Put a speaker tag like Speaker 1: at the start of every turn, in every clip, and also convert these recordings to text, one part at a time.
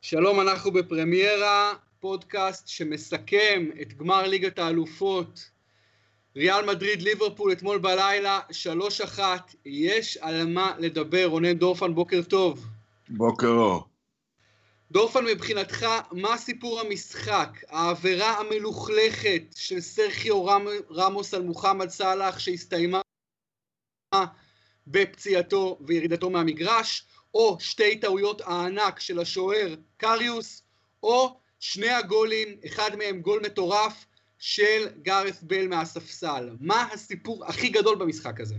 Speaker 1: שלום, אנחנו בפרמיירה, פודקאסט שמסכם את גמר ליגת האלופות. ריאל מדריד ליברפול אתמול בלילה 3-1, יש על מה לדבר. רונן דורפן, בוקר טוב.
Speaker 2: בוקר אור.
Speaker 1: דורפן, מבחינתך, מה סיפור המשחק? העבירה המלוכלכת של סרחיו רמוס על מוחמד סלאח שהסתיימה בפציעתו וירידתו מהמגרש, או שתי טעויות הענק של השוער קריוס, או שני הגולים, אחד מהם גול מטורף של גארת' בייל מהספסל. מה הסיפור הכי גדול במשחק הזה?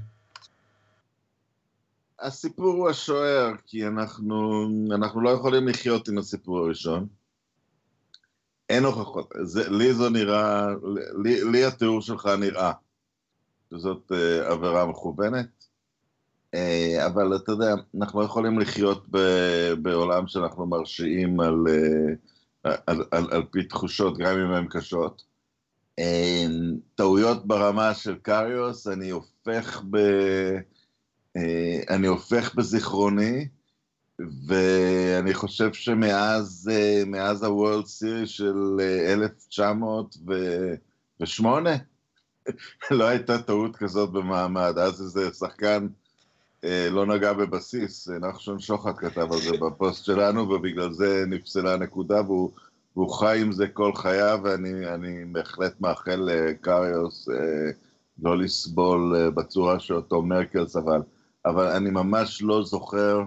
Speaker 2: הסיפור הוא השוער, כי אנחנו לא יכולים לחיות עם הסיפור הראשון. אין הוכחות. לי זו נראה, לי התיאור שלך נראה שזאת עבירה מכוונת. אבל אתה יודע, אנחנו לא יכולים לחיות בעולם שאנחנו מרשיעים על פי תחושות, גם אם הן קשות. טעויות ברמה של קריוס, אני הופך בזיכרוני, ואני חושב שמאז הוורלד סיריס של 1908, לא הייתה טעות כזאת במעמד. אז איזה שחקן לא נגע בבסיס, נחשון שוחט כתב על זה בפוסט שלנו, ובגלל זה נפסלה נקודה, והוא חי עם זה כל חייו, ואני בהחלט מאחל לקריוס לא לסבול בצורה שאותו מרקל סבל. אבל אני ממש לא זוכר,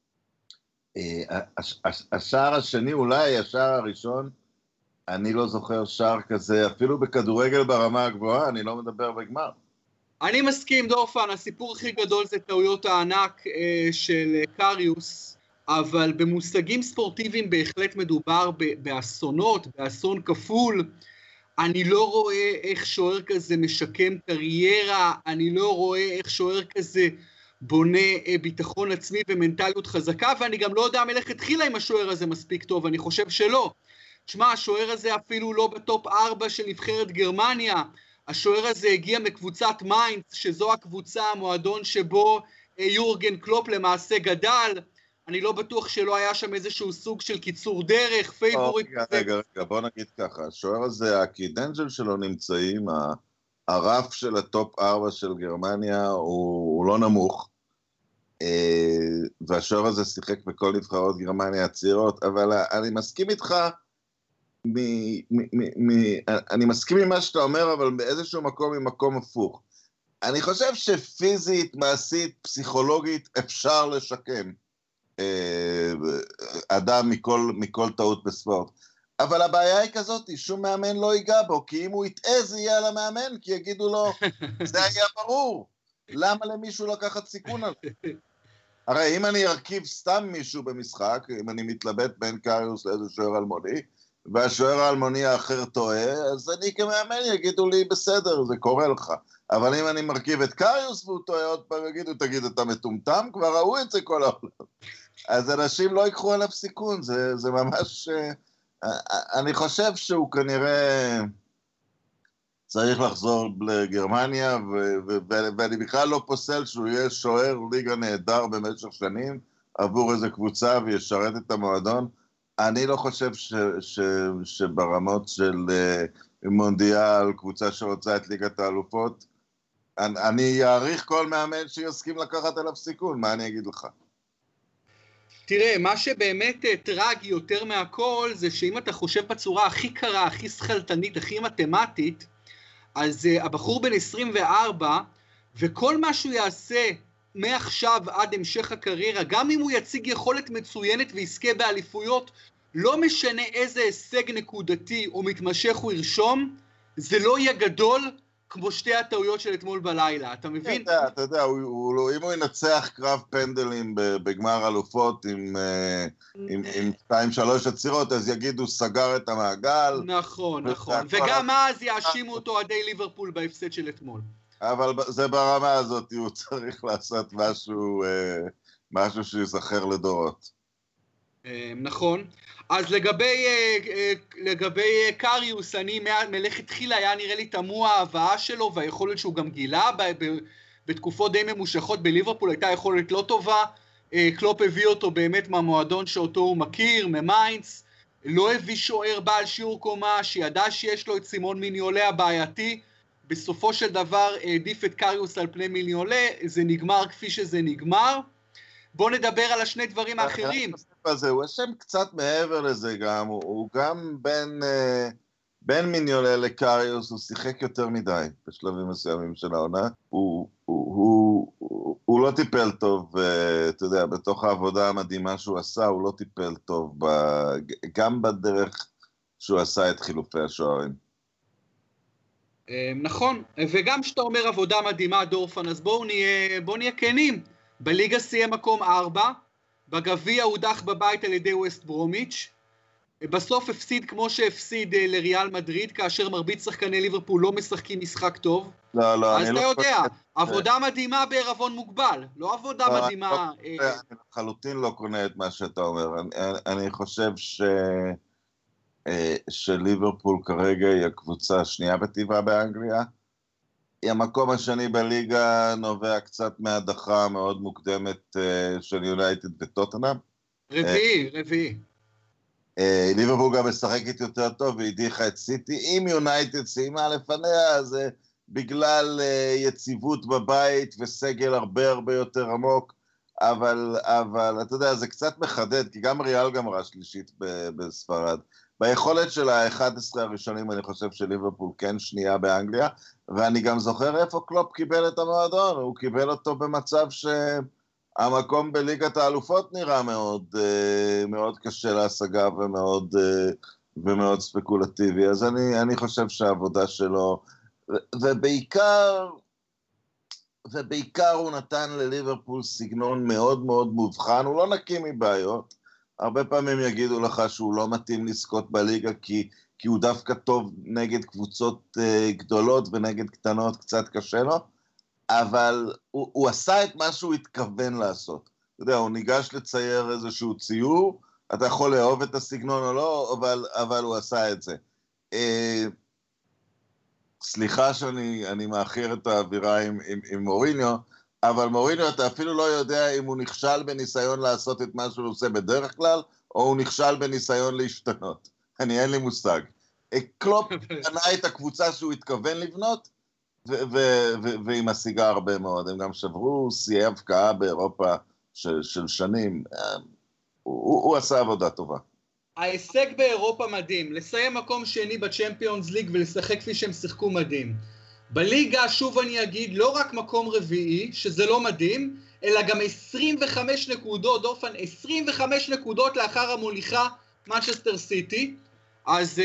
Speaker 2: השער השני, אולי השער הראשון, אני לא זוכר שער כזה, אפילו בכדורגל ברמה הגבוהה, אני לא מדבר בגמר.
Speaker 1: אני מסכים, דורפן, הסיפור הכי גדול זה טעויות הענק של קריוס, אבל במושגים ספורטיביים בהחלט מדובר באסונות, באסון כפול. אני לא רואה איך שוער כזה משקם קריירה, אני לא רואה איך שוער כזה בונה ביטחון עצמי ומנטליות חזקה, ואני גם לא יודע מלך התחילה עם השוער הזה מספיק טוב, אני חושב שלא. תשמע, השוער הזה אפילו לא בטופ 4 של נבחרת גרמניה, השוער הזה הגיע מקבוצת מיינץ, שזו הקבוצה, המועדון שבו יורגן קלופ למעשה גדל. אני לא בטוח שלא היה שם איזשהו סוג של קיצור דרך, פייבוריט.
Speaker 2: רגע, בוא נגיד ככה, השוער הזה, הקידנג'ל שלו נמצאים, הרף של הטופ 4 של גרמניה הוא לא נמוך, והשוער הזה שיחק בכל נבחרות גרמניה הצעירות, אבל אני מסכים איתך, אני מסכים עם מה שאתה אומר, אבל באיזשהו מקום ממקום הפוך. אני חושב שפיזית, מעשית, פסיכולוגית, אפשר לשקם אדם מכל טעות בספורט. אבל הבעיה היא כזאת, שום מאמן לא ייגע בו, כי אם הוא יטעה זה יהיה על המאמן, כי יגידו לו, זה היה ברור. למה למישהו לקחת סיכון על זה? הרי אם אני ארכיב סתם מישהו במשחק, אם אני מתלבט בין קריוס לאיזה שוער אלמוני, והשוער האלמוני האחר טועה, אז אני כמאמן יגידו לי, בסדר, זה קורה לך. אבל אם אני מרכיב את קריוס והוא טועה עוד פעם, יגידו, תגיד, אתה מטומטם? כבר ראו את זה כל העולם. אז אנשים לא ייקחו עליו סיכון, זה ממש... אני חושב שהוא כנראה צריך לחזור לגרמניה, ואני בכלל לא פוסל שהוא יהיה שוער ליגה נהדר במשך שנים, עבור איזה קבוצה וישרת את המועדון. אני לא חושב שברמות של מונדיאל, קבוצה שרוצה את ליגת האלופות, אני אעריך כל מאמן שיסכים לקחת עליו סיכון, מה אני אגיד לך?
Speaker 1: תראה, מה שבאמת טרגי יותר מהכל, זה שאם אתה חושב בצורה הכי קרה, הכי שכלתנית, הכי מתמטית, אז הבחור בן 24, וכל מה שהוא יעשה מעכשיו עד המשך הקריירה, גם אם הוא יציג יכולת מצוינת ויזכה באליפויות, לא משנה איזה הישג נקודתי או מתמשך הוא ירשום, זה לא יהיה גדול כמו שתי הטעויות של אתמול בלילה, אתה מבין?
Speaker 2: אתה יודע, אם הוא ינצח קרב פנדלים בגמר אלופות עם 2-3 עצירות, אז יגידו סגר את המעגל.
Speaker 1: נכון, וגם אז יאשימו אותו עדי ליברפול בהפסד של אתמול.
Speaker 2: אבל זה ברמה הזאת, הוא צריך לעשות משהו שיזכר לדורות.
Speaker 1: נכון. אז לגבי קריוס, אני מלך התחילה, היה נראה לי תמוה ההבאה שלו, והיכולת שהוא גם גילה בתקופות די ממושכות בליברפול, הייתה יכולת לא טובה, קלופ הביא אותו באמת מהמועדון שאותו הוא מכיר, ממיינץ, לא הביא שוער בעל שיעור קומה, שידע שיש לו את סימון מיניולה הבעייתי, בסופו של דבר העדיף את קריוס על פני מיניולה, זה נגמר כפי שזה נגמר. בואו נדבר על השני דברים האחרים.
Speaker 2: הוא השם קצת מעבר לזה גם, הוא גם בין מיניולה לקריוס, הוא שיחק יותר מדי בשלבים מסוימים של העונה, הוא לא טיפל טוב, אתה יודע, בתוך העבודה המדהימה שהוא עשה, הוא לא טיפל טוב, גם בדרך שהוא עשה את חילופי השוערים.
Speaker 1: נכון, וגם שאתה אומר עבודה מדהימה דורפן, אז בואו נהיה כנים, בליגה סיים מקום 4, בגביע הודח בבית על ידי ווסט ברומיץ', בסוף הפסיד כמו שהפסיד לריאל מדריד, כאשר מרבית שחקני ליברפול לא משחקים משחק טוב.
Speaker 2: לא,
Speaker 1: אז אתה יודע, עבודה מדהימה בערבון מוגבל, לא עבודה מדהימה.
Speaker 2: אני לחלוטין לא קונה את מה שאתה אומר. אני חושב שליברפול כרגע היא הקבוצה השנייה בטבעה באנגליה. היא המקום השני בליגה נובע קצת מהדחה מאוד מוקדמת של יונייטד וטוטנהאם.
Speaker 1: רביעי.
Speaker 2: ליברפול גם משחקת יותר טוב והדיחה את סיטי. אם יונייטד סיימה לפניה, זה בגלל יציבות בבית וסגל הרבה יותר עמוק, אבל אתה יודע, זה קצת מחדד, כי גם ריאל גמרה שלישית בספרד. ביכולת של ה-11 הראשונים, אני חושב שליברפול כן שנייה באנגליה, ואני גם זוכר איפה קלופ קיבל את המועדון, הוא קיבל אותו במצב שהמקום בליגת האלופות נראה מאוד קשה להשגה ומאוד ספקולטיבי, אז אני חושב שהעבודה שלו, ובעיקר הוא נתן לליברפול סגנון מאוד מובחן, הוא לא נקי מבעיות, הרבה פעמים יגידו לך שהוא לא מתאים לזכות בליגה, כי הוא דווקא טוב נגד קבוצות גדולות ונגד קטנות, קצת קשה לו, אבל הוא עשה את מה שהוא התכוון לעשות. אתה יודע, הוא ניגש לצייר איזשהו ציור, אתה יכול לאהוב את הסגנון או לא, אבל הוא עשה את זה. סליחה שאני מאחר את האווירה עם מוריניו, אבל מוריניו אתה אפילו לא יודע אם הוא נכשל בניסיון לעשות את מה שהוא עושה בדרך כלל, או הוא נכשל בניסיון להשתנות. אין לי מושג. קלופ בנה את הקבוצה שהוא התכוון לבנות, והיא משיגה הרבה מאוד. הם גם שברו שיאי הבקעה באירופה של שנים. הוא עשה עבודה טובה.
Speaker 1: ההישג באירופה מדהים, לסיים מקום שני בצ'מפיונס ליג ולשחק כפי שהם שיחקו מדהים. בליגה, שוב אני אגיד, לא רק מקום רביעי, שזה לא מדהים, אלא גם 25 נקודות, דורפן, 25 נקודות לאחר המוליכה מנצ'סטר סיטי. אז,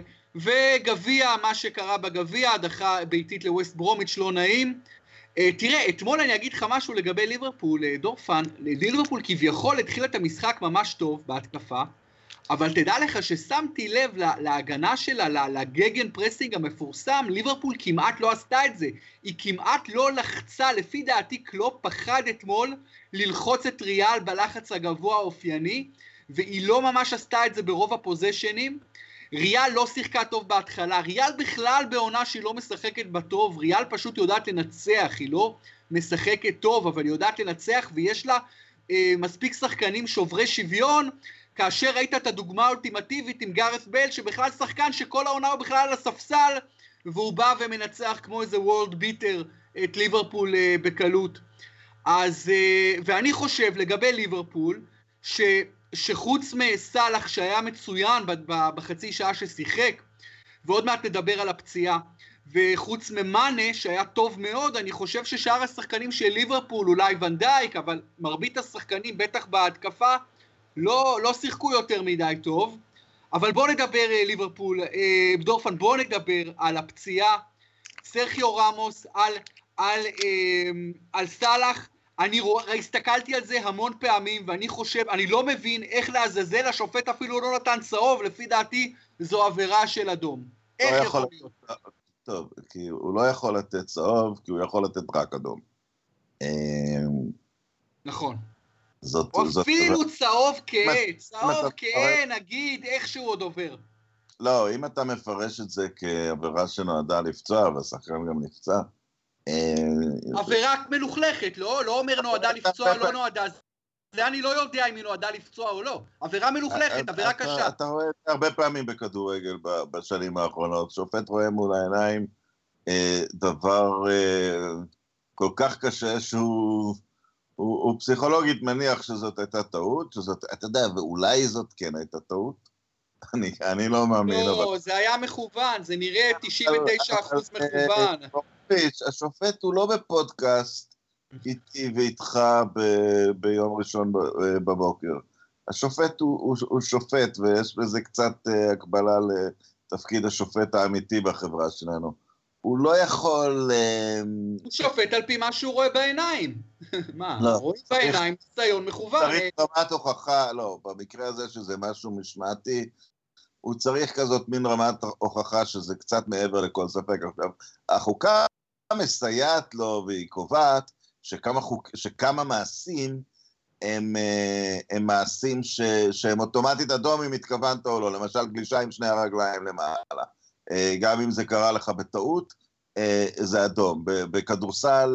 Speaker 1: וגביע, מה שקרה בגביע, הדחה ביתית לווסט ברומיץ' לא נעים. תראה, אתמול אני אגיד לך משהו לגבי ליברפול, דורפן, ליברפול כביכול התחיל את המשחק ממש טוב בהתקפה, אבל תדע לך ששמתי לב להגנה שלה, לגגן פרסינג המפורסם, ליברפול כמעט לא עשתה את זה, היא כמעט לא לחצה, לפי דעתי קלופ פחד אתמול ללחוץ את ריאל בלחץ הגבוה האופייני, והיא לא ממש עשתה את זה ברוב הפוזיישנים. ריאל לא שיחקה טוב בהתחלה, ריאל בכלל בעונה שהיא לא משחקת בטוב, ריאל פשוט יודעת לנצח, היא לא משחקת טוב, אבל היא יודעת לנצח, ויש לה מספיק שחקנים שוברי שוויון, כאשר ראית את הדוגמה האולטימטיבית עם גארת' בייל, שבכלל שחקן שכל העונה הוא בכלל על הספסל, והוא בא ומנצח כמו איזה וורלד ביטר את ליברפול בקלות. אז, ואני חושב לגבי ליברפול, שחוץ מסלח שהיה מצוין בחצי שעה ששיחק, ועוד מעט נדבר על הפציעה, וחוץ ממאנה שהיה טוב מאוד, אני חושב ששאר השחקנים של ליברפול, אולי ון דייק, אבל מרבית השחקנים בטח בהתקפה, לא שיחקו יותר מדי טוב. אבל בואו נדבר ליברפול, דורפן, בואו נדבר על הפציעה, סרחיו רמוס, על סלח. אני הסתכלתי על זה המון פעמים, ואני חושב, אני לא מבין איך לעזאזל, השופט אפילו לא נתן צהוב, לפי דעתי זו עבירה של אדום. איך יכול להיות?
Speaker 2: טוב, כי הוא לא יכול לתת צהוב, כי הוא יכול לתת רק אדום.
Speaker 1: נכון. אפילו צהוב כהה, נגיד, איכשהו עוד עובר.
Speaker 2: לא, אם אתה מפרש את זה כעבירה שנועדה לפצוע, והשחקן גם נפצע,
Speaker 1: עבירה מלוכלכת, לא אומר נועדה לפצוע, לא נועדה. זה אני לא יודע אם היא נועדה לפצוע או לא. עבירה מלוכלכת, עבירה קשה.
Speaker 2: אתה רואה הרבה פעמים בכדורגל בשנים האחרונות, שופט רואה מול העיניים דבר כל כך קשה שהוא פסיכולוגית מניח שזאת הייתה טעות, אתה יודע, ואולי זאת כן הייתה טעות. אני לא מאמין.
Speaker 1: לא, זה היה מכוון, זה נראה 99% מכוון.
Speaker 2: השופט הוא לא בפודקאסט איתי ואיתך ביום ראשון בבוקר. השופט הוא שופט, ויש בזה קצת הקבלה לתפקיד השופט האמיתי בחברה שלנו. הוא לא יכול...
Speaker 1: הוא שופט על פי מה שהוא רואה בעיניים. מה?
Speaker 2: לא.
Speaker 1: רואים בעיניים, ציון מכוון.
Speaker 2: צריך רמת הוכחה, לא, במקרה הזה שזה משהו משמעתי, הוא צריך כזאת מין רמת הוכחה שזה קצת מעבר לכל ספק. עכשיו, החוקה מסייעת לו והיא קובעת שכמה מעשים הם מעשים שהם אוטומטית אדום אם התכוונת או לא, למשל גלישה עם שני הרגליים למעלה. גם אם זה קרה לך בטעות, זה אדום. בכדורסל,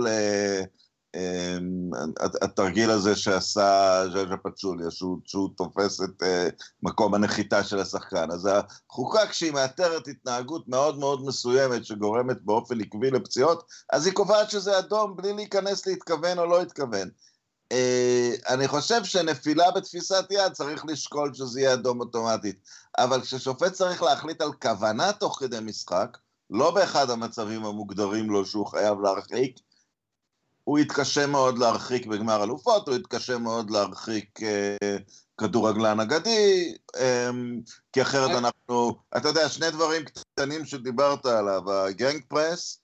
Speaker 2: התרגיל הזה שעשה ז'ז'ה פצ'וליה, שהוא תופס את מקום הנחיתה של השחקן. אז החוקה, כשהיא מאתרת התנהגות מאוד מאוד מסוימת, שגורמת באופן עקבי לפציעות, אז היא קובעת שזה אדום, בלי להיכנס להתכוון או לא להתכוון. אני חושב שנפילה בתפיסת יד צריך לשקול שזה יהיה אדום אוטומטית, אבל כששופט צריך להחליט על כוונה תוך כדי משחק, לא באחד המצבים המוגדרים לו שהוא חייב להרחיק, הוא יתקשה מאוד להרחיק בגמר אלופות, הוא יתקשה מאוד להרחיק כדורגלן אגדי, כי אחרת אנחנו, אתה יודע, שני דברים קטנים שדיברת עליו, הגנג פרס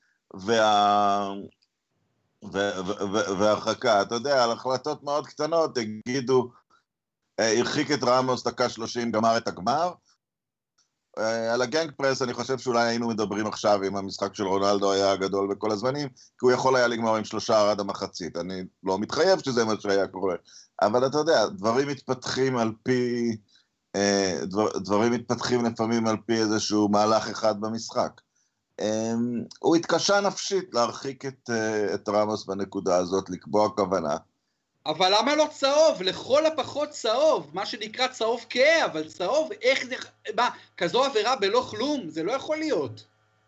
Speaker 2: והרחקה, אתה יודע, על החלטות מאוד קטנות, יגידו, הרחיק את רמוס דקה 30, גמר את הגמר, על הגנג פרס אני חושב שאולי היינו מדברים עכשיו אם המשחק של רונלדו היה הגדול בכל הזמנים, כי הוא יכול היה לגמור עם 3 עד המחצית, אני לא מתחייב שזה מה שהיה קורה, אבל אתה יודע, דברים מתפתחים על פי, דברים מתפתחים לפעמים על פי איזשהו מהלך אחד במשחק. הוא התקשה נפשית להרחיק את רמוס בנקודה הזאת, לקבוע כוונה.
Speaker 1: אבל למה לא צהוב? לכל הפחות צהוב, מה שנקרא צהוב כהה, אבל צהוב, איך זה, מה, כזו עבירה בלא כלום? זה לא יכול להיות.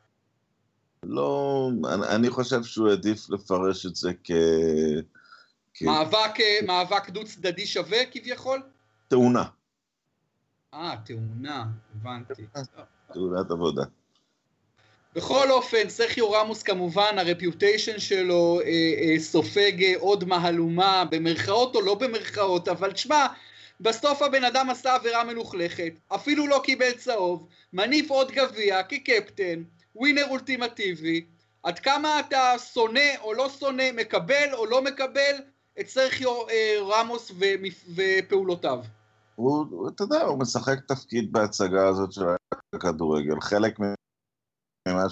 Speaker 2: לא, אני חושב שהוא עדיף לפרש את זה
Speaker 1: מאבק דו צדדי שווה כביכול?
Speaker 2: תאונה.
Speaker 1: תאונה, הבנתי.
Speaker 2: תאונת עבודה.
Speaker 1: בכל אופן, סרחיו רמוס כמובן, הרפיוטיישן שלו סופג עוד מהלומה, במרכאות או לא במרכאות, אבל תשמע, בסוף הבן אדם עשה עבירה מלוכלכת, אפילו לא קיבל צהוב, מניף עוד גביע כקפטן, ווינר אולטימטיבי, עד כמה אתה שונא או לא שונא, מקבל או לא מקבל את סרחיו רמוס ופעולותיו.
Speaker 2: אתה יודע, הוא משחק תפקיד בהצגה הזאת של הכדורגל, חלק ממה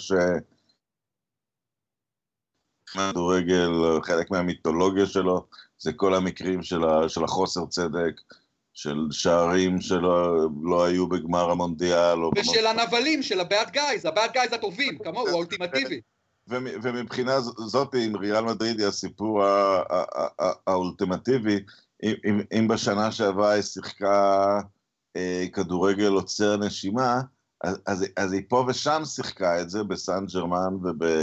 Speaker 2: כדורגל, חלק מהמיתולוגיה שלו, זה כל המקרים של החוסר צדק, של שערים שלא היו בגמר המונדיאל.
Speaker 1: ושל הנבלים, של הבאד גייז, הבאד גייז הטובים, כמוהו, האולטימטיבי.
Speaker 2: ומבחינה זאת, עם ריאל מדריד, היא הסיפור האולטימטיבי, אם בשנה שעברה היא שיחקה כדורגל עוצר נשימה, אז היא פה ושם שיחקה את זה בסן ג'רמן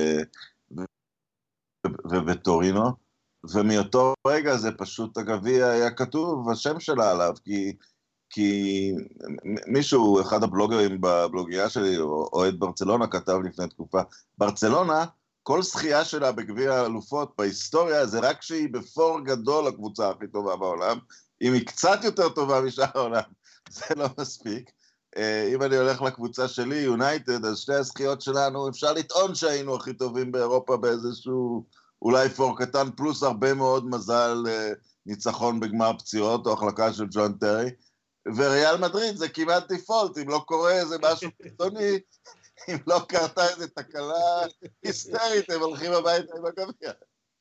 Speaker 2: ובטורינו, ומאותו רגע זה פשוט הגביע היה כתוב השם שלה עליו, כי מישהו, אחד הבלוגרים בבלוגייה שלי, אוהד ברצלונה, כתב לפני תקופה, ברצלונה, כל זכייה שלה בגביע האלופות בהיסטוריה, זה רק שהיא בפור גדול הקבוצה הכי טובה בעולם, אם היא קצת יותר טובה משאר העולם, זה לא מספיק. אם אני הולך לקבוצה שלי, יונייטד, אז שתי הזכיות שלנו, אפשר לטעון שהיינו הכי טובים באירופה באיזשהו, אולי פור קטן, פלוס הרבה מאוד מזל ניצחון בגמר פציעות, או החלקה של ג'ון טרי, וריאל מדריד זה כמעט דיפולט, אם לא קורה איזה משהו קיצוני, אם לא קרתה איזו תקלה היסטרית, הם הולכים הביתה עם הגביע.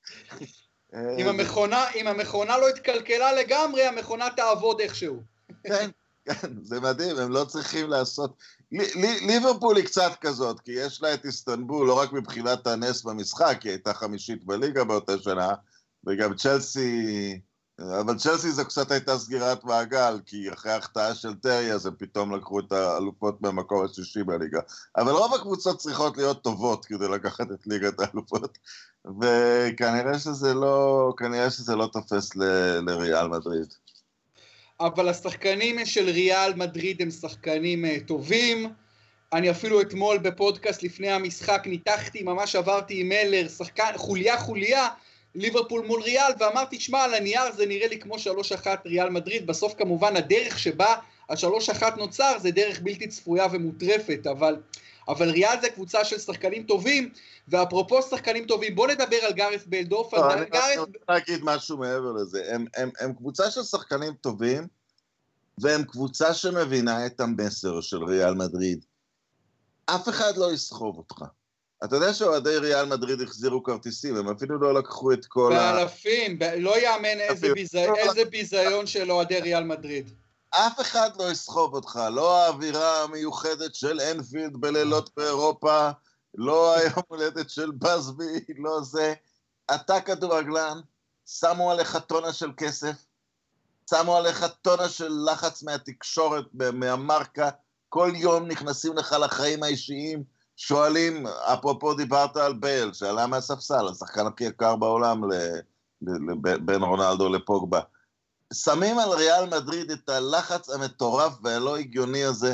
Speaker 1: אם המכונה לא התקלקלה לגמרי, המכונה תעבוד איכשהו.
Speaker 2: כן. כן, זה מדהים, הם לא צריכים לעשות... ליברפול היא קצת כזאת, כי יש לה את איסטנבול, לא רק מבחינת הנס במשחק, היא הייתה 5ית בליגה באותה שנה, וגם צ'לסי אבל צ'לסי זה קצת הייתה סגירת מעגל, כי אחרי ההחטאה של טרי, אז הם פתאום לקחו את האלופות במקום השישי בליגה. אבל רוב הקבוצות צריכות להיות טובות כדי לקחת את ליגת האלופות, וכנראה שזה לא תופס לריאל מדריד.
Speaker 1: אבל השחקנים של ריאל מדריד הם שחקנים טובים. אני אפילו אתמול בפודקאסט לפני המשחק ניתחתי, ממש עברתי עם מלר, שחקן חוליה, ליברפול מול ריאל, ואמרתי, שמע, על הנייר זה נראה לי כמו 3-1 ריאל מדריד, בסוף כמובן הדרך שבה ה-3-1 נוצר זה דרך בלתי צפויה ומוטרפת, אבל ריאל זה קבוצה של שחקנים טובים, ואפרופו שחקנים טובים, בוא נדבר על גארת' בייל דורפן.
Speaker 2: אני רוצה להגיד משהו מעבר לזה, הם קבוצה של שחקנים טובים, והם קבוצה שמבינה את המסר של ריאל מדריד. אף אחד לא יסחוב אותך. אתה יודע שאוהדי ריאל מדריד החזירו כרטיסים, הם אפילו לא לקחו את כל
Speaker 1: באלפים, לא יאמן איזה ביזיון של אוהדי ריאל מדריד.
Speaker 2: אף אחד לא יסחוב אותך, לא האווירה המיוחדת של אנפילד בלילות באירופה, לא היום הולדת של בסבי, לא זה. אתה כדורגלן, שמו עליך טונה של כסף, שמו עליך טונה של לחץ מהתקשורת, מהמרקה, כל יום נכנסים לך לחיים האישיים, שואלים, אפרופו דיברת על בייל, שעלה מהספסל, השחקן הכי יקר בעולם בין רונלדו לפוגבה. שמים על ריאל מדריד את הלחץ המטורף והלא הגיוני הזה,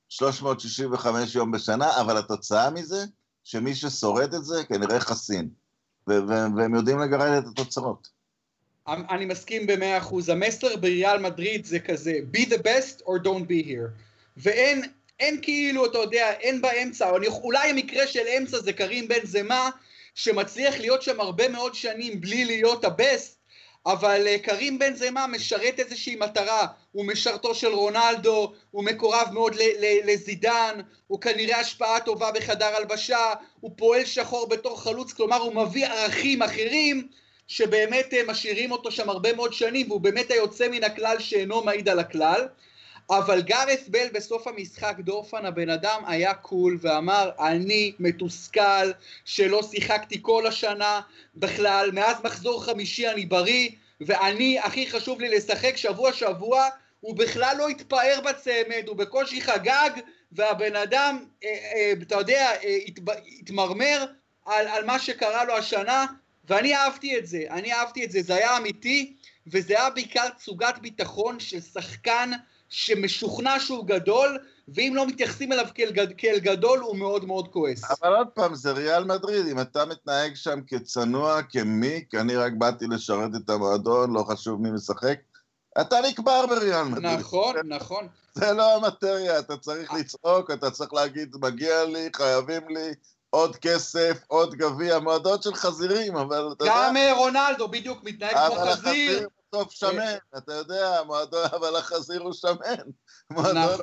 Speaker 2: 365 יום בשנה, אבל התוצאה מזה, שמי ששורד את זה כנראה חסין, והם יודעים לגרד את התוצאות.
Speaker 1: אני מסכים ב100%, המסר בריאל מדריד זה כזה, be the best or don't be here, ואין כאילו, אתה יודע, אין באמצע, אולי המקרה של אמצע זה קרים בנזמה, שמצליח להיות שם הרבה מאוד שנים בלי להיות הבסט, אבל קרים בנזמה משרת איזושהי מטרה, הוא משרתו של רונלדו, הוא מקורב מאוד לזידן, הוא כנראה השפעה טובה בחדר הלבשה, הוא פועל שחור בתור חלוץ, כלומר הוא מביא ערכים אחרים, שבאמת משאירים אותו שם הרבה מאוד שנים, והוא באמת היוצא מן הכלל שאינו מעיד על הכלל, אבל גארת' בייל בסוף המשחק דורפן הבן אדם היה קול ואמר אני מתוסכל שלא שיחקתי כל השנה בכלל, מאז מחזור חמישי אני בריא ואני הכי חשוב לי לשחק שבוע, הוא בכלל לא התפאר בצמד, הוא בקושי חגג והבן אדם, אתה יודע, התמרמר על מה שקרה לו השנה, ואני אהבתי את זה, זה היה אמיתי, וזה היה בעיקר צוגת ביטחון של שחקן שמשוכנע שהוא גדול, ואם לא מתייחסים אליו כאל גדול, הוא מאוד מאוד כועס.
Speaker 2: אבל עוד פעם, זה ריאל מדריד, אם אתה מתנהג שם כצנוע, כמיק, אני רק באתי לשרת את המועדון, לא חשוב מי משחק, אתה נקבר בריאל מדריד.
Speaker 1: נכון.
Speaker 2: זה לא המטריה, אתה צריך לצעוק, אתה צריך להגיד, מגיע לי, חייבים לי, עוד כסף, עוד גביע, מועדון של חזירים, אבל אתה יודע...
Speaker 1: גם רונלדו בדיוק מתנהג כמו חזיר.
Speaker 2: אבל החזיר בסוף שמן, אתה יודע, אבל החזיר הוא שמן.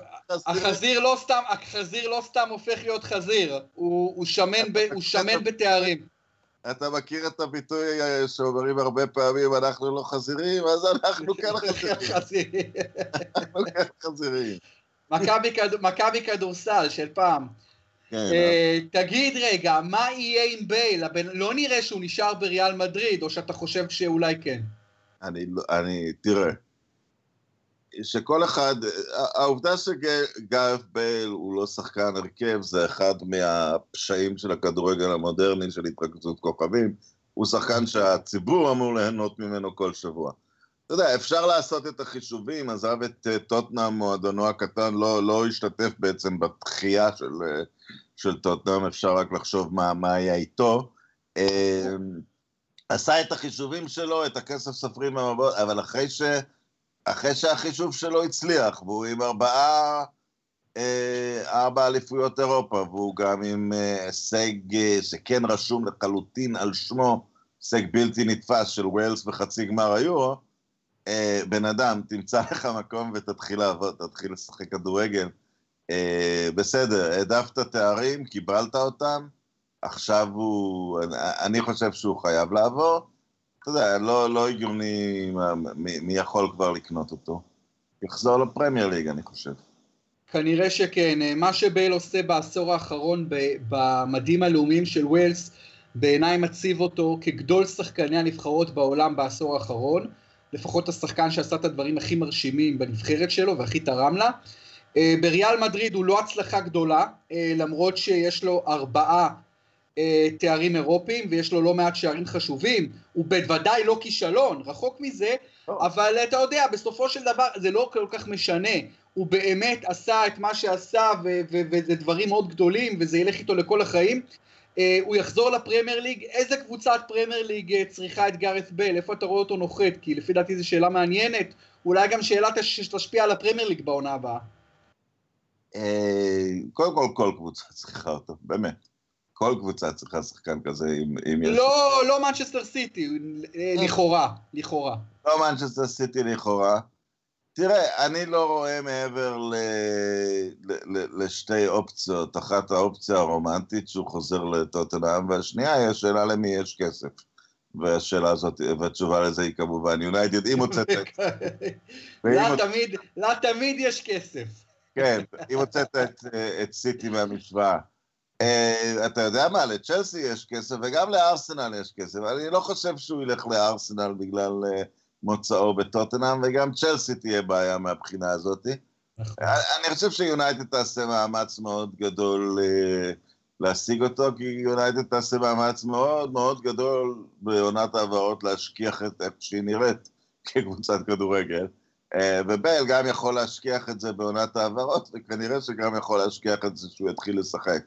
Speaker 1: החזיר לא סתם הופך להיות חזיר, הוא שמן בתארים.
Speaker 2: אתה מכיר את הביטוי שאומרים הרבה פעמים, אנחנו לא חזירים, אז אנחנו כן חזירים. אנחנו כן חזירים.
Speaker 1: מכבי כדורסל של פעם. תגיד רגע, מה יהיה עם בייל? לא נראה שהוא נשאר בריאל מדריד, או שאתה חושב שאולי כן?
Speaker 2: תראה, שכל אחד, העובדה שגארת' בייל הוא לא שחקן הרכב, זה אחד מהפשעים של הכדורגל המודרני של התרכזות כוכבים, הוא שחקן שהציבור אמור ליהנות ממנו כל שבוע. אתה יודע, אפשר לעשות את החישובים, עזב את טוטנהאם, מועדונו הקטן, לא השתתף בעצם בתחייה של טוטנהאם, אפשר רק לחשוב מה היה איתו, עשה את החישובים שלו, את הכסף ספרים המבוא, אבל אחרי שהחישוב שלו הצליח, והוא עם 4 אליפויות אירופה, והוא גם עם הישג שכן רשום לחלוטין על שמו, הישג בלתי נתפס של ווילס וחצי גמר היורו, בן אדם, תמצא לך מקום ותתחיל לעבוד, תתחיל לשחק כדורגל, בסדר, העדפת תארים, קיבלת אותם, עכשיו אני חושב שהוא חייב לעבור, אתה יודע, לא הגיוני מי יכול כבר לקנות אותו. יחזור לפרמייר ליג, אני חושב.
Speaker 1: כנראה שכן, מה שבייל עושה בעשור האחרון במדים הלאומיים של ווילס, בעיניי מציב אותו כגדול שחקני הנבחרות בעולם בעשור האחרון, לפחות השחקן שעשה את הדברים הכי מרשימים בנבחרת שלו והכי תרם לה. בריאל מדריד הוא לא הצלחה גדולה, למרות שיש לו 4 תארים אירופיים, ויש לו לא מעט שערים חשובים, הוא בוודאי לא כישלון, רחוק מזה, אבל אתה יודע, בסופו של דבר זה לא כל כך משנה, הוא באמת עשה את מה שעשה, וזה דברים מאוד גדולים, וזה ילך איתו לכל החיים. הוא יחזור לפרמייר ליג. איזה קבוצת פרמייר ליג צריכה את גארת' בייל? איפה אתה רואה אותו נוחת? כי לפי דעתי זו שאלה מעניינת, אולי גם שאלה שתשפיע על הפרמייר ליג בעונה הבאה.
Speaker 2: קודם כל קבוצה צריכה אותו, באמת. כל קבוצה צריכה שחקן כזה, אם יש...
Speaker 1: לא מנצ'סטר סיטי, לכאורה.
Speaker 2: לא מנצ'סטר סיטי לכאורה. תראה, אני לא רואה מעבר לשתי אופציות. אחת האופציה הרומנטית שהוא חוזר לטוטנהאם, והשנייה היא השאלה למי יש כסף. והשאלה הזאת, והתשובה לזה היא כמובן יונייטד, אם הוצאת...
Speaker 1: לה תמיד יש כסף.
Speaker 2: כן, אם הוצאת את סיטי מהמשוואה. אתה יודע מה, לצ'לסי יש כסף, וגם לארסנל יש כסף. אני לא חושב שהוא ילך לארסנל בגלל מוצאו בטוטנהאם, וגם צ'לסי תהיה בעיה מהבחינה הזאת. אני חושב שיונייטד תעשה מאמץ מאוד גדול להשיג אותו, כי יונייטד תעשה מאמץ מאוד מאוד גדול בעונת העברות להשכיח את איך שהיא נראית כקבוצת כדורגל. ובייל גם יכול להשכיח את זה בעונת העברות, וכנראה שגם יכול להשכיח את זה שהוא יתחיל לשחק.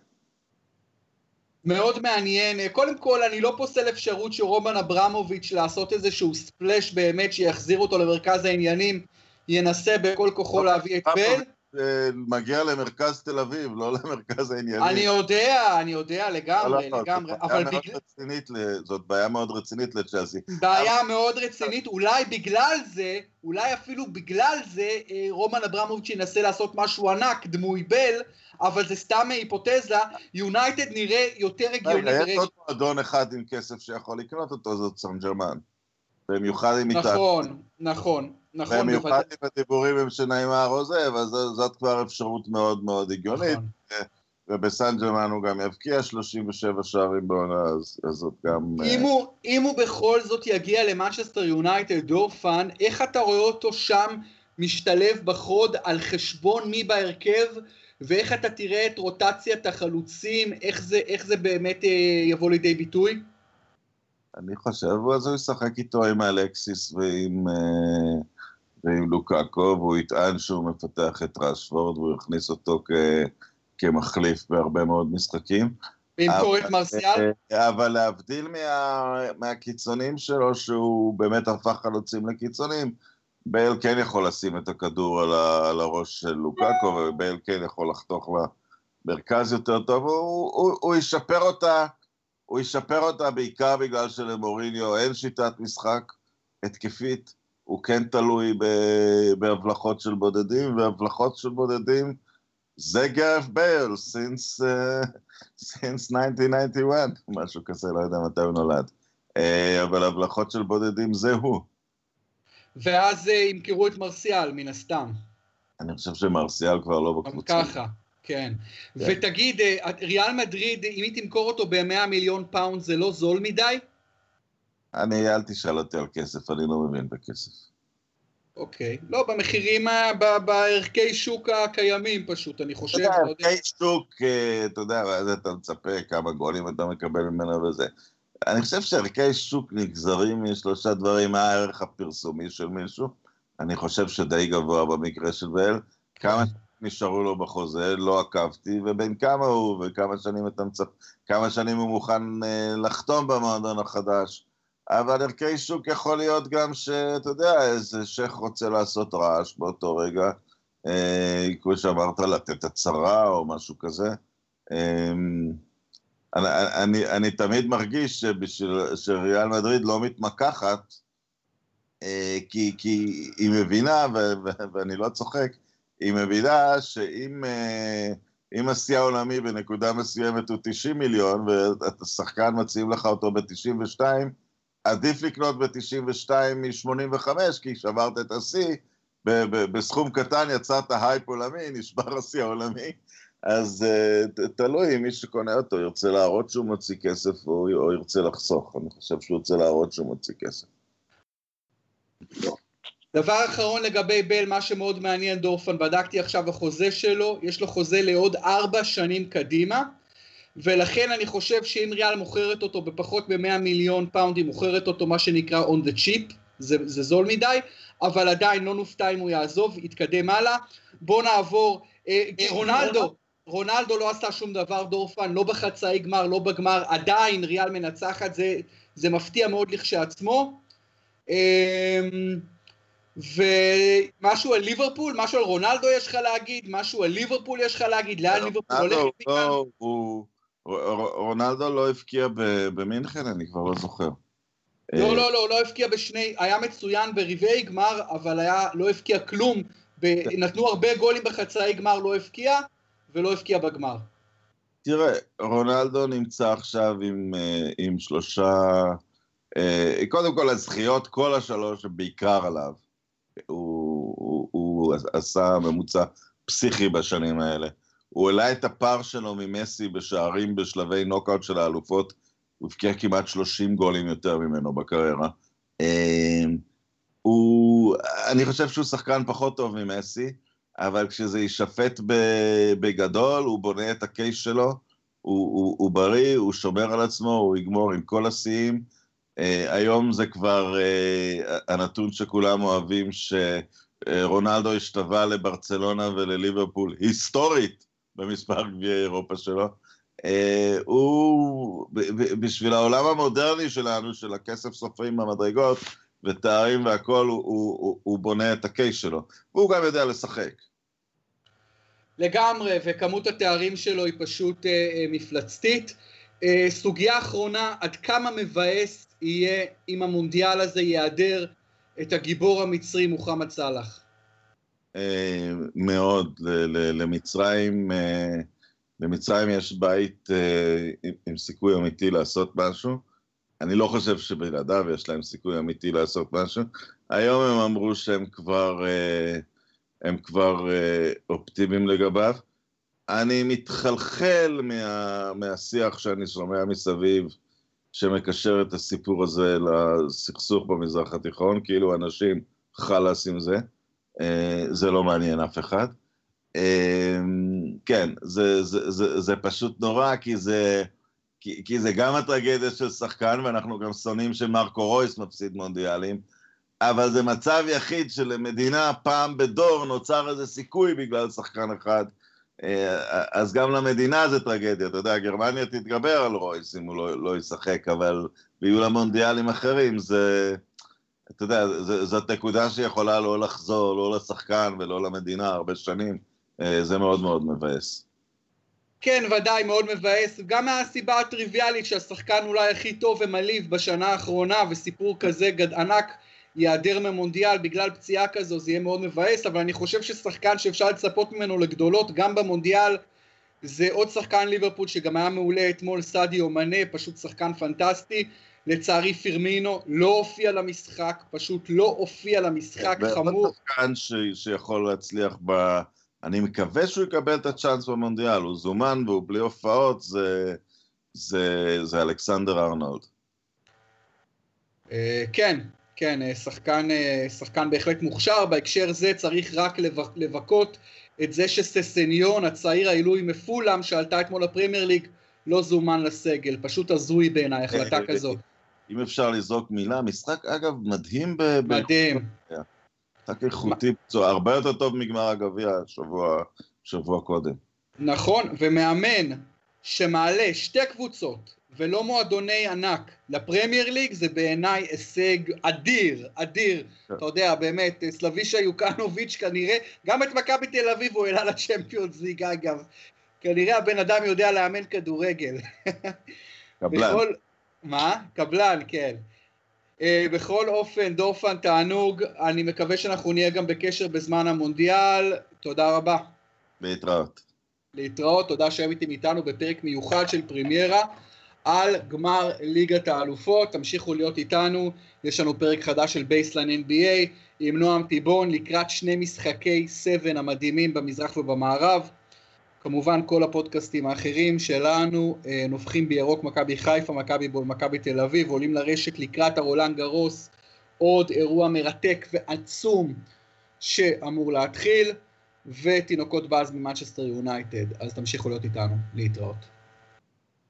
Speaker 1: מאוד מעניין. קודם כל, אני לא פוסל אפשרות שרומן אברמוביץ' לעשות איזשהו ספלש באמת שיחזיר אותו למרכז העניינים, ינסה בכל כוכו להביא את בייל.
Speaker 2: מגיע למרכז תל אביב, לא למרכז העניינים.
Speaker 1: אני יודע, לגמרי. אבל
Speaker 2: זאת בעיה מאוד רצינית לצ'לסי.
Speaker 1: בעיה מאוד רצינית, אולי אפילו בגלל זה, רומן אברמוביץ' ינסה לעשות משהו ענק, דמוי בייל, אבל זה סתם היפותזה. יונייטד נראה יותר הגיוני.
Speaker 2: יש עוד מועדון אחד עם כסף שיכול לקנות אותו, זאת סן ג'רמן. במיוחד עם איתה.
Speaker 1: נכון.
Speaker 2: במיוחד עם הדיבורים עם שנאמר או זה, אבל זאת כבר אפשרות מאוד מאוד הגיונית. ובסן ג'רמן הוא גם יבקיע 37 שערים בעונה, אז זאת גם...
Speaker 1: אם הוא בכל זאת יגיע למנצ'סטר יונייטד, דורפן, איך אתה רואה אותו שם משתלב בחוד על חשבון מי בהרכב, ואיך אתה תראה את רוטציית החלוצים, איך זה באמת יבוא לידי ביטוי?
Speaker 2: אני חושב, אז הוא ישחק איתו עם אלקסיס ועם לוקאקו, והוא יטען שהוא מפתח את רשפורד, והוא יכניס אותו כמחליף בהרבה מאוד משחקים.
Speaker 1: וימכור את מרסיאל?
Speaker 2: אבל להבדיל מהקיצונים שלו, שהוא באמת הפך חלוצים לקיצונים, בייל כן יכול לשים את הכדור על הראש של לוקאקו, ובייל כן יכול לחתוך למרכז יותר טוב, הוא ישפר אותה בעיקר בגלל שלמוריניו אין שיטת משחק התקפית, הוא כן תלוי בהבלחות של בודדים, והבלחות של בודדים זה גארת' בייל, since 1991, משהו כזה, לא יודע מתי הוא נולד. אבל הבלחות של בודדים זה הוא.
Speaker 1: ואז ימכרו את מרסיאל, מן הסתם.
Speaker 2: אני חושב שמרסיאל כבר לא בקבוצה.
Speaker 1: ככה, כן. ותגיד, ריאל מדריד, אם היא תמכור אותו ב$100 מיליון, זה לא זול מדי?
Speaker 2: אל תשאל אותי על כסף, אני לא מבין בכסף.
Speaker 1: אוקיי. לא, במחירים, בערכי שוק הקיימים פשוט, אני חושב.
Speaker 2: ערכי שוק, אתה יודע, ואז אתה מצפה כמה גולים אתה מקבל ממנו וזה. אני חושב שערכי שוק נגזרים משלושה דברים, מה הערך הפרסומי של מישהו, אני חושב שדי גבוה במקרה של בייל, כמה נשארו לו בחוזה, לא עקבתי, ובין כמה הוא, כמה שנים הוא מוכן לחתום במועדון החדש, אבל ערכי שוק יכול להיות גם שאתה יודע, איזה שייך רוצה לעשות רעש באותו רגע, כמו שאמרת, לתת הצהרה או משהו כזה. אני תמיד מרגיש שריאל מדריד לא מתמקחת, כי היא מבינה, ואני לא צוחק, היא מבינה שאם השיא העולמי בנקודה מסוימת הוא 90 מיליון, ואתה שחקן מציעים לך אותו ב-92, עדיף לקנות ב-92 מ-85, כי שברת את השיא, בסכום קטן יצאת הייפ עולמי, נשבר השיא העולמי, אז תלוי אם מי שקונה אותו ירצה להראות שהוא מוציא כסף או ירצה לחסוך, אני חושב שהוא ירצה להראות שהוא מוציא כסף.
Speaker 1: דבר אחרון לגבי בל, מה שמאוד מעניין דורפן, בדקתי עכשיו החוזה שלו, יש לו חוזה לעוד 4 שנים קדימה, ולכן אני חושב שאם ריאל מוכרת אותו בפחות ב100 מיליון פאונד, היא מוכרת אותו מה שנקרא on the cheap, זה זול מדי, אבל עדיין לא נופתע אם הוא יעזוב, יתקדם הלאה. בוא נעבור, רונלדו לא עשה שום דבר דורפן, לא בחצאי גמר, לא בגמר, עדיין ריאל מנצחת, זה מפתיע מאוד לכשעצמו. ומשהו על ליברפול, משהו על רונלדו יש לך להגיד, משהו על ליברפול יש לך להגיד, לאן ליברפול הולך מכאן?
Speaker 2: רונלדו לא הבקיע במינכן, אני כבר לא זוכר.
Speaker 1: לא הבקיע בשני, היה מצוין ברבעי גמר, אבל לא הבקיע כלום, נתנו הרבה גולים בחצאי גמר, לא הבקיע, ולא הבקיע בגמר.
Speaker 2: תראה, רונלדו נמצא עכשיו עם 3, קודם כל הזכיות, כל 3 בעיקר עליו. הוא עשה ממוצע פסיכי בשנים האלה. הוא העלה את הפער שלו ממסי בשערים בשלבי נוקאוט של האלופות, הוא הבקיע כמעט 30 גולים יותר ממנו בקריירה. אני חושב שהוא שחקן פחות טוב ממסי, אבל כשזה יישפט בגדול, הוא בונה את הקייס שלו, הוא בריא, הוא שומר על עצמו, הוא יגמור עם כל השיאים. היום זה כבר הנתון שכולם אוהבים, שרונלדו השתווה לברצלונה ולליברפול, היסטורית במספר גביעי אירופה שלו. הוא, בשביל העולם המודרני שלנו, של הכסף סופרים במדרגות, ותארים והכל, הוא בונה את הקייס שלו. והוא גם יודע לשחק.
Speaker 1: לגמרי, וכמות התארים שלו היא פשוט מפלצתית. סוגיה אחרונה, עד כמה מבאס יהיה אם המונדיאל הזה יעדר את הגיבור המצרי מוחמד סלאח?
Speaker 2: מאוד, למצרים יש בית עם סיכוי אמיתי לעשות משהו. אני לא חושב שבלעדיו יש להם סיכוי אמיתי לעשות משהו. היום הם אמרו שהם כבר אופטימיים לגביו. אני מתחלחל מהשיח שאני שומע מסביב, שמקשר את הסיפור הזה לסכסוך במזרח התיכון, כאילו אנשים חלס עם זה. זה לא מעניין אף אחד. כן, זה פשוט נורא, כי זה גם הטרגדיה של שחקן, ואנחנו גם שונאים שמרקו רויס מפסיד מונדיאלים, אבל זה מצב יחיד שלמדינה פעם בדור נוצר איזה סיכוי בגלל שחקן אחד, אז גם למדינה זה טרגדיה. אתה יודע, גרמניה תתגבר על רויס אם הוא לא ישחק, אבל ויהיו לה מונדיאלים אחרים, זה, אתה יודע, זאת נקודה שיכולה לא לחזור, לא לשחקן ולא למדינה הרבה שנים. זה מאוד מאוד מבאס.
Speaker 1: כן, ודאי, מאוד מבאס. גם מהסיבה הטריוויאלית שהשחקן אולי הכי טוב ומליב בשנה האחרונה, וסיפור כזה ענק יעדר ממונדיאל בגלל פציעה כזו, זה יהיה מאוד מבאס, אבל אני חושב ששחקן שאפשר לצפות ממנו לגדולות, גם במונדיאל, זה עוד שחקן ליברפול שגם היה מעולה אתמול, סאדיו מאנה, פשוט שחקן פנטסטי. לצערי פירמינו לא הופיע למשחק, פשוט לא הופיע למשחק, חמור.
Speaker 2: זה שחקן שיכול להצליח אני מקווה שהוא יקבל את הצ'אנס במונדיאל, הוא זומן והוא בלי הופעות, זה אלכסנדר ארנולד.
Speaker 1: כן, שחקן בהחלט מוכשר, בהקשר זה צריך רק לבקות את זה שססניון, הצעיר העילוי מפולאם, שעלתה אתמול לפרמייר ליג, לא זומן לסגל, פשוט הזוי בעיניי, החלטה כזאת.
Speaker 2: אם אפשר לזרוק מילה, משחק אגב מדהים
Speaker 1: מדהים.
Speaker 2: משחק איכותי, הרבה יותר טוב מגמר הגביע שבוע קודם.
Speaker 1: נכון, ומאמן שמעלה 2 קבוצות ולא מועדוני ענק לפרמייר ליג, זה בעיניי הישג אדיר. אתה יודע, באמת, סלאבישה יוקנוביץ' כנראה, גם את מכבי תל אביב הוא העלה לצ'מפיונס ליג אגב. כנראה הבן אדם יודע לאמן כדורגל.
Speaker 2: קבלן.
Speaker 1: קבלן, כן. בכל אופן, דורפן, תענוג, אני מקווה שאנחנו נהיה גם בקשר בזמן המונדיאל, תודה רבה. להתראות, תודה שהייתם איתנו בפרק מיוחד של פרימיירה, על גמר ליגת האלופות, תמשיכו להיות איתנו, יש לנו פרק חדש של בייסליין NBA, עם נועם טיבון, לקראת 2 משחקי 7 המדהימים במזרח ובמערב, כמובן כל הפודקאסטים האחרים שלנו, נופחים בירוק מכבי חיפה, מכבי תל אביב, עולים לרשת לקראת הרולאן גרוס, עוד אירוע מרתק ועצום שאמור להתחיל, ותינוקות באז ממנצ'סטר יונייטד. אז תמשיכו להיות איתנו, להתראות.